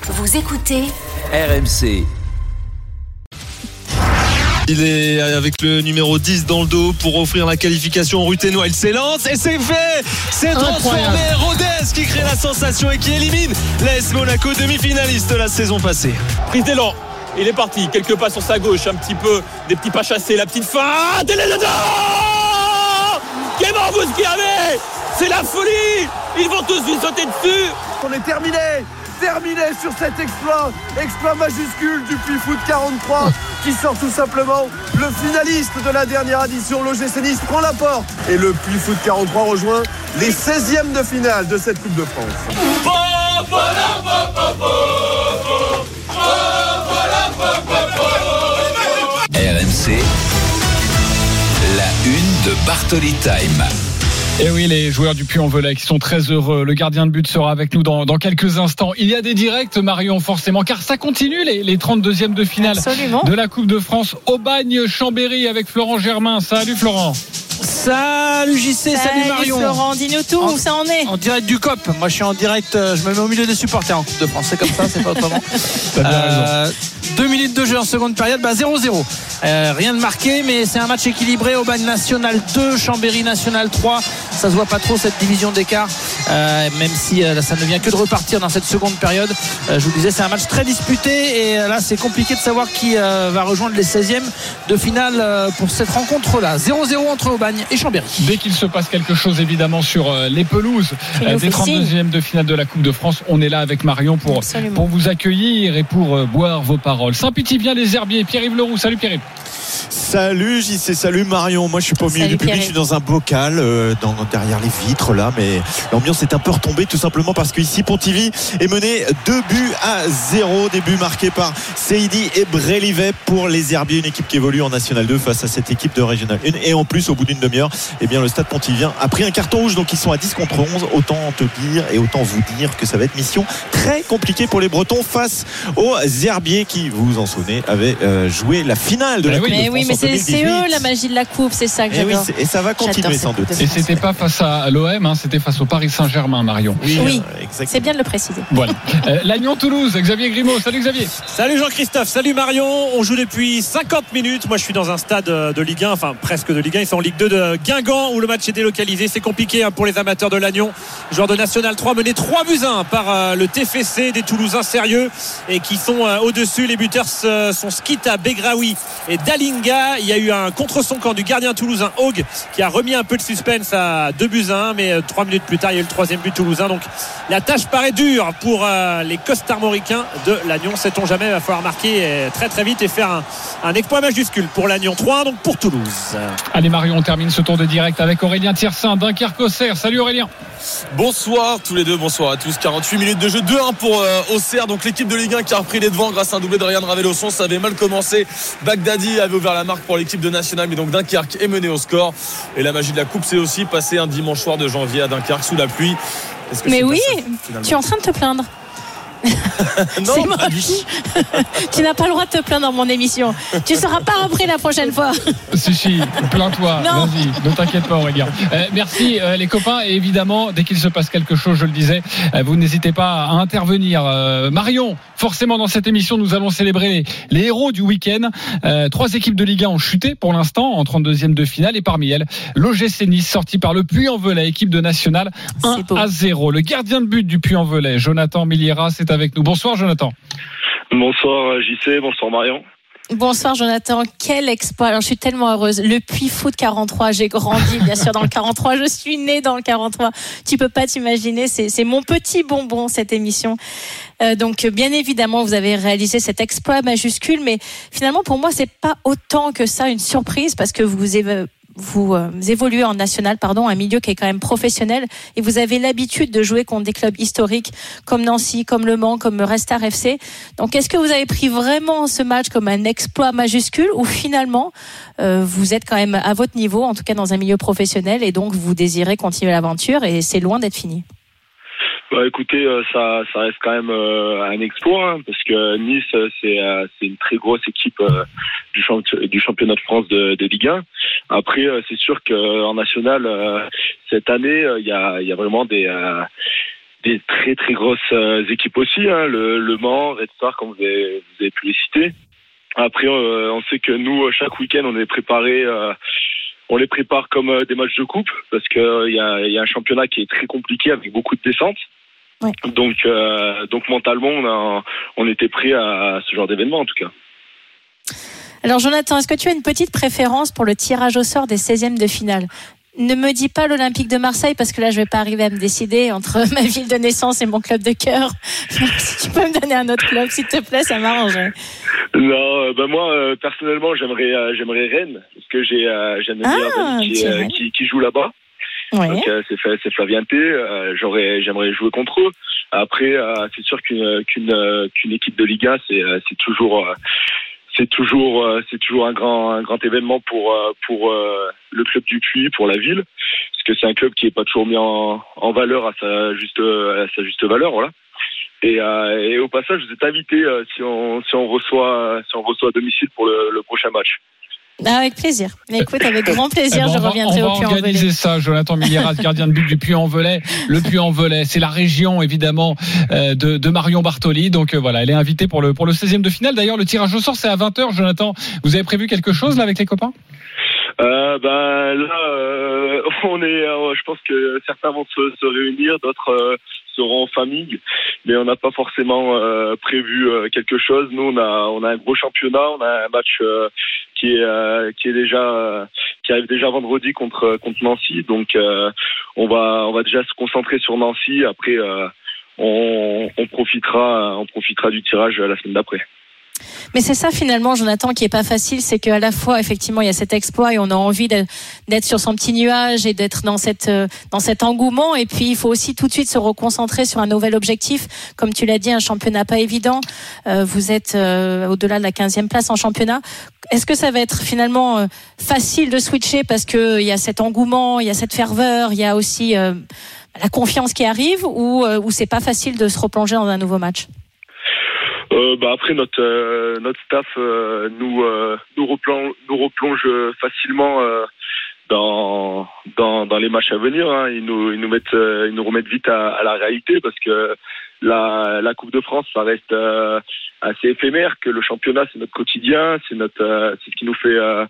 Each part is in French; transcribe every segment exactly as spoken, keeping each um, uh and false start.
Vous écoutez R M C. Il est avec le numéro dix dans le dos pour offrir la qualification au Ruténois. Il s'élance et c'est fait. C'est transformé. Rodez qui crée la sensation et qui élimine l'A S Monaco, demi-finaliste la saison passée. Prise d'élan. Il est parti. Quelques pas sur sa gauche. Un petit peu. Des petits pas chassés. La petite feinte. Et les dedans. Clément Bousquiavé. C'est la folie. Ils vont tous lui sauter dessus. On est terminé. Terminé sur cet exploit, exploit majuscule du Puy-Foot quarante-trois qui sort tout simplement le finaliste de la dernière édition. L'O G C Nice prend la porte et le Puy-Foot quarante-trois rejoint les seizièmes de finale de cette Coupe de France. R M C, la une de Bartoli Time. Et oui, les joueurs du Puy-en-Velay qui sont très heureux. Le gardien de but sera avec nous dans, dans quelques instants. Il y a des directs, Marion, forcément, car ça continue les, les trente-deuxièmes de finale Absolument. De la Coupe de France. Aubagne-Chambéry avec Florent Germain. Salut Florent. Salut J C, salut, salut Marion. Florent, dis-nous tout, en, où ça en est? En direct du C O P. Moi je suis en direct, euh, je me mets au milieu des supporters en Coupe de France. C'est comme ça, c'est pas autrement. T'as bien euh, raison. Deux minutes de jeu en seconde période, bah zéro zéro. Euh, rien de marqué, mais c'est un match équilibré. Aubagne National deux, Chambéry National trois. Ça se voit pas trop cette division d'écart, euh, même si euh, ça ne vient que de repartir dans cette seconde période. Euh, je vous disais, c'est un match très disputé et euh, là c'est compliqué de savoir qui euh, va rejoindre les seizièmes de finale euh, pour cette rencontre-là. zéro zéro entre Aubagne et Chambéry. Dès qu'il se passe quelque chose évidemment sur euh, les pelouses euh, des trente-deuxièmes de finale de la Coupe de France, on est là avec Marion pour, pour vous accueillir et pour euh, boire vos paroles. Saint-Pitty-Vient les Herbiers, Pierre-Yves Leroux. Salut Pierre-Yves. Salut J C, salut Marion. Moi je suis pas au milieu du public, je suis dans un bocal euh, dans, derrière les vitres là, mais l'ambiance est un peu retombée tout simplement parce qu'ici Pontivy est mené deux buts à zéro. Début marqué par Seydi et Brélivet pour les Herbiers, une équipe qui évolue en National deux face à cette équipe de Régional un. Et en plus au bout d'une demi-heure, eh bien le Stade Pontivien a pris un carton rouge, donc ils sont à dix contre onze. Autant te dire et autant vous dire que ça va être mission très compliquée pour les Bretons face aux Herbiers qui, vous vous en souvenez, avaient euh, joué la finale de la mais Coupe oui, de France. Oui, mais c'est, c'est eux la magie de la coupe, c'est ça que et j'adore. Oui, et ça va continuer sans doute. Et c'était pas face à l'O M, hein, c'était face au Paris Saint-Germain, Marion. Oui, oui euh, c'est bien de le préciser. Voilà. euh, Lannion-Toulouse, Xavier Grimaud. Salut Xavier. Salut Jean-Christophe, salut Marion. On joue depuis cinquante minutes. Moi je suis dans un stade de Ligue un, enfin presque de Ligue un. Ils sont en Ligue deux de Guingamp où le match est délocalisé. C'est compliqué hein, pour les amateurs de Lannion. Joueur de National trois mené trois buts à un par euh, le T F C, des Toulousains sérieux et qui sont euh, au-dessus. Les buteurs euh, sont Skita, Begraoui et Dalinga. Il y a eu un contre son camp du gardien toulousain Haug qui a remis un peu de suspense à deux buts à un, mais trois minutes plus tard il y a eu le troisième but toulousain. Donc la tâche paraît dure pour euh, les costarmoricains de Lannion. Sait-on jamais, il va falloir marquer très très vite et faire un, un exploit majuscule pour Lannion. trois un donc pour Toulouse. Allez Marion, on termine ce tour de direct avec Aurélien Tiersin, Dunkerque-Auxerre. Salut Aurélien. Bonsoir tous les deux, bonsoir à tous. quarante-huit minutes de jeu, deux un pour euh, Auxerre. Donc l'équipe de Ligue un qui a repris les devants grâce à un doublé de Ryan Raveloson. Ça avait mal commencé. Bagdadi avait ouvert la marque pour l'équipe de National, mais donc Dunkerque est mené au score. Et la magie de la coupe, c'est aussi passer un dimanche soir de janvier à Dunkerque sous la pluie. Est-ce que mais oui, ça, tu es en train de te plaindre. Non, c'est moche. Tu n'as pas le droit de te plaindre dans mon émission. Tu ne seras pas repris la prochaine fois. Si, si, plains-toi. Non. Vas-y, ne t'inquiète pas, Aurélien. Euh, merci, euh, les copains. Et évidemment, dès qu'il se passe quelque chose, je le disais, euh, vous n'hésitez pas à intervenir. Euh, Marion, forcément, dans cette émission, nous allons célébrer les, les héros du week-end. Euh, trois équipes de Ligue un ont chuté pour l'instant en trente-deuxième de finale. Et parmi elles, l'O G C Nice, sorti par le Puy-en-Velay, équipe de National, un à zéro. Le gardien de but du Puy-en-Velay, Jonathan Milliera, c'est avec nous. Bonsoir Jonathan. Bonsoir J C, bonsoir Marion. Bonsoir Jonathan, quel exploit. Alors, je suis tellement heureuse. Le Puy-Foot quarante-trois, j'ai grandi bien sûr dans le quarante-trois, je suis née dans le quarante-trois. Tu peux pas t'imaginer, c'est, c'est mon petit bonbon cette émission. Euh, donc bien évidemment vous avez réalisé cet exploit majuscule, mais finalement pour moi c'est pas autant que ça une surprise parce que vous avez vous euh, évoluez en national, pardon, un milieu qui est quand même professionnel et vous avez l'habitude de jouer contre des clubs historiques comme Nancy, comme Le Mans, comme Restar F C. Donc est-ce que vous avez pris vraiment ce match comme un exploit majuscule ou finalement euh, vous êtes quand même à votre niveau, en tout cas dans un milieu professionnel et donc vous désirez continuer l'aventure et c'est loin d'être fini? Bah, écoutez, euh, ça, ça reste quand même euh, un exploit hein, parce que Nice, c'est, euh, c'est une très grosse équipe euh, du, champ- du championnat de France de, de Ligue un. Après, euh, c'est sûr qu'en national, euh, cette année, il euh, y, a, y a vraiment des, euh, des très très grosses euh, équipes aussi, hein, le, le Mans, Red Star, comme vous avez, vous avez pu les citer. Après, euh, on sait que nous, chaque week-end, on est préparé, euh, on les prépare comme euh, des matchs de coupe, parce que il euh, y a, y a un championnat qui est très compliqué avec beaucoup de descentes. Ouais. Donc, euh, donc mentalement, on, a, on était prêt à, à ce genre d'événement en tout cas. Alors Jonathan, est-ce que tu as une petite préférence pour le tirage au sort des seizièmes de finale ? Ne me dis pas l'Olympique de Marseille parce que là je vais pas arriver à me décider entre ma ville de naissance et mon club de cœur. Si tu peux me donner un autre club s'il te plaît, ça m'arrangerait. Non, euh, ben moi euh, personnellement j'aimerais euh, j'aimerais Rennes parce que j'ai euh, j'ai un ami ah, qui, euh, qui qui joue là-bas. Ouais. Donc euh, c'est c'est Flavien T. Euh, j'aurais j'aimerais jouer contre eux. Après euh, c'est sûr qu'une qu'une qu'une équipe de Ligue un c'est c'est toujours euh, C'est toujours, c'est toujours un grand, un grand événement pour, pour le club du Puy, pour la ville, parce que c'est un club qui est pas toujours mis en, en valeur à sa juste, à sa juste valeur, voilà. Et, et au passage, vous êtes invité si on, si on reçoit, si on reçoit à domicile pour le, le prochain match. Ah, avec plaisir. Mais écoute, avec grand plaisir, eh ben, je reviendrai va, au Puy-en-Velay. On va organiser ça, Jonathan Miliéras, gardien de but du Puy-en-Velay. Le Puy-en-Velay, c'est la région évidemment euh, de, de Marion Bartoli. Donc euh, voilà, elle est invitée pour le pour le seizième de finale. D'ailleurs, le tirage au sort, c'est à vingt heures. Jonathan, vous avez prévu quelque chose là avec les copains ? Euh, ben là, euh, on est. Euh, je pense que certains vont se, se réunir, d'autres euh, seront en famille, mais on n'a pas forcément euh, prévu euh, quelque chose. Nous, on a, on a un gros championnat, on a un match euh, qui est, euh, qui est déjà, euh, qui arrive déjà vendredi contre contre Nancy. Donc, euh, on va, on va déjà se concentrer sur Nancy. Après, euh, on, on profitera, on profitera du tirage la semaine d'après. Mais c'est ça finalement, Jonathan, qui est pas facile, c'est qu'à la fois effectivement il y a cet exploit et on a envie d'être sur son petit nuage et d'être dans cette dans cet engouement, et puis il faut aussi tout de suite se reconcentrer sur un nouvel objectif. Comme tu l'as dit, un championnat pas évident. Euh, vous êtes euh, au-delà de la quinzième place en championnat. Est-ce que ça va être finalement euh, facile de switcher parce que il y a cet engouement, il y a cette ferveur, il y a aussi euh, la confiance qui arrive, ou euh, ou c'est pas facile de se replonger dans un nouveau match? Euh, bah après notre euh, notre staff euh, nous euh, nous replonge nous replonge facilement euh, dans dans dans les matchs à venir, hein. Ils nous ils nous mettent euh, ils nous remettent vite à, à la réalité, parce que la la Coupe de France, ça reste euh, assez éphémère, que le championnat c'est notre quotidien, c'est notre euh, c'est ce qui nous fait euh,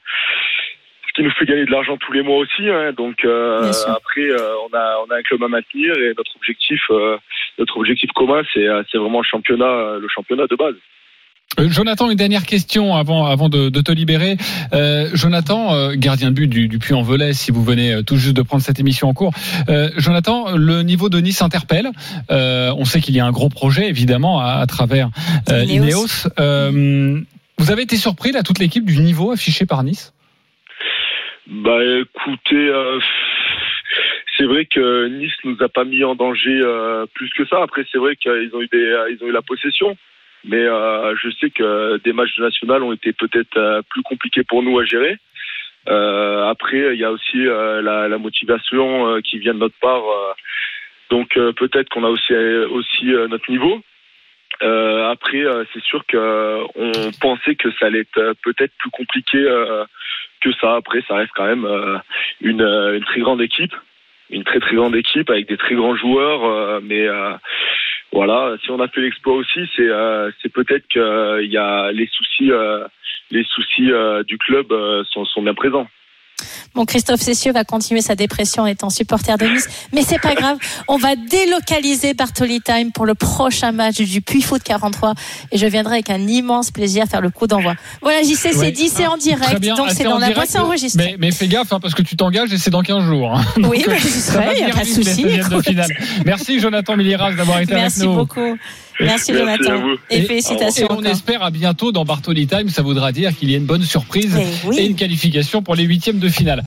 ce qui nous fait gagner de l'argent tous les mois aussi, hein. Donc euh, après euh, on a on a un club à maintenir, et notre objectif euh, notre objectif commun c'est c'est vraiment le championnat le championnat de base. Euh, Jonathan, une dernière question avant avant de, de te libérer. Euh, Jonathan, euh, gardien de but du, du Puy-en-Velay, si vous venez tout juste de prendre cette émission en cours. Euh, Jonathan, le niveau de Nice interpelle. Euh, on sait qu'il y a un gros projet évidemment à, à travers euh, Ineos. Euh, vous avez été surpris là, toute l'équipe, du niveau affiché par Nice? Bah écoutez, euh, c'est vrai que Nice nous a pas mis en danger euh, plus que ça. Après c'est vrai qu'ils ont eu des, ils ont eu la possession, mais euh, je sais que des matchs de national ont été peut-être euh, plus compliqués pour nous à gérer. Euh, après il y a aussi euh, la, la motivation euh, qui vient de notre part, euh, donc euh, peut-être qu'on a aussi aussi euh, notre niveau. Euh, après euh, c'est sûr que on pensait que ça allait être euh, peut-être plus compliqué euh, que ça. Après ça reste quand même euh, une, une très grande équipe, une très très grande équipe avec des très grands joueurs, euh, mais euh, voilà, si on a fait l'exploit aussi, c'est euh, c'est peut-être qu'il euh, y a les soucis euh, les soucis euh, du club euh, sont, sont bien présents. Bon, Christophe Cessieux va continuer sa dépression en étant supporter de Nice, mais c'est pas grave. On va délocaliser Bartoli Time pour le prochain match du Puy Foot quarante-trois, et je viendrai avec un immense plaisir faire le coup d'envoi. Voilà, J C, c'est ouais. dit, c'est en direct, bien, donc c'est dans la boîte, c'est enregistré. Mais, mais fais gaffe, hein, parce que tu t'engages et c'est dans quinze jours. Hein. Donc, oui, mais je serai, il n'y a pas de souci. Merci Jonathan Miliéras d'avoir été Merci avec nous. Merci beaucoup. Merci, Merci Jonathan. Et, et félicitations. Et on encore. espère à bientôt dans Bartoli Time. Ça voudra dire qu'il y a une bonne surprise oui. et une qualification pour les huitièmes de finale.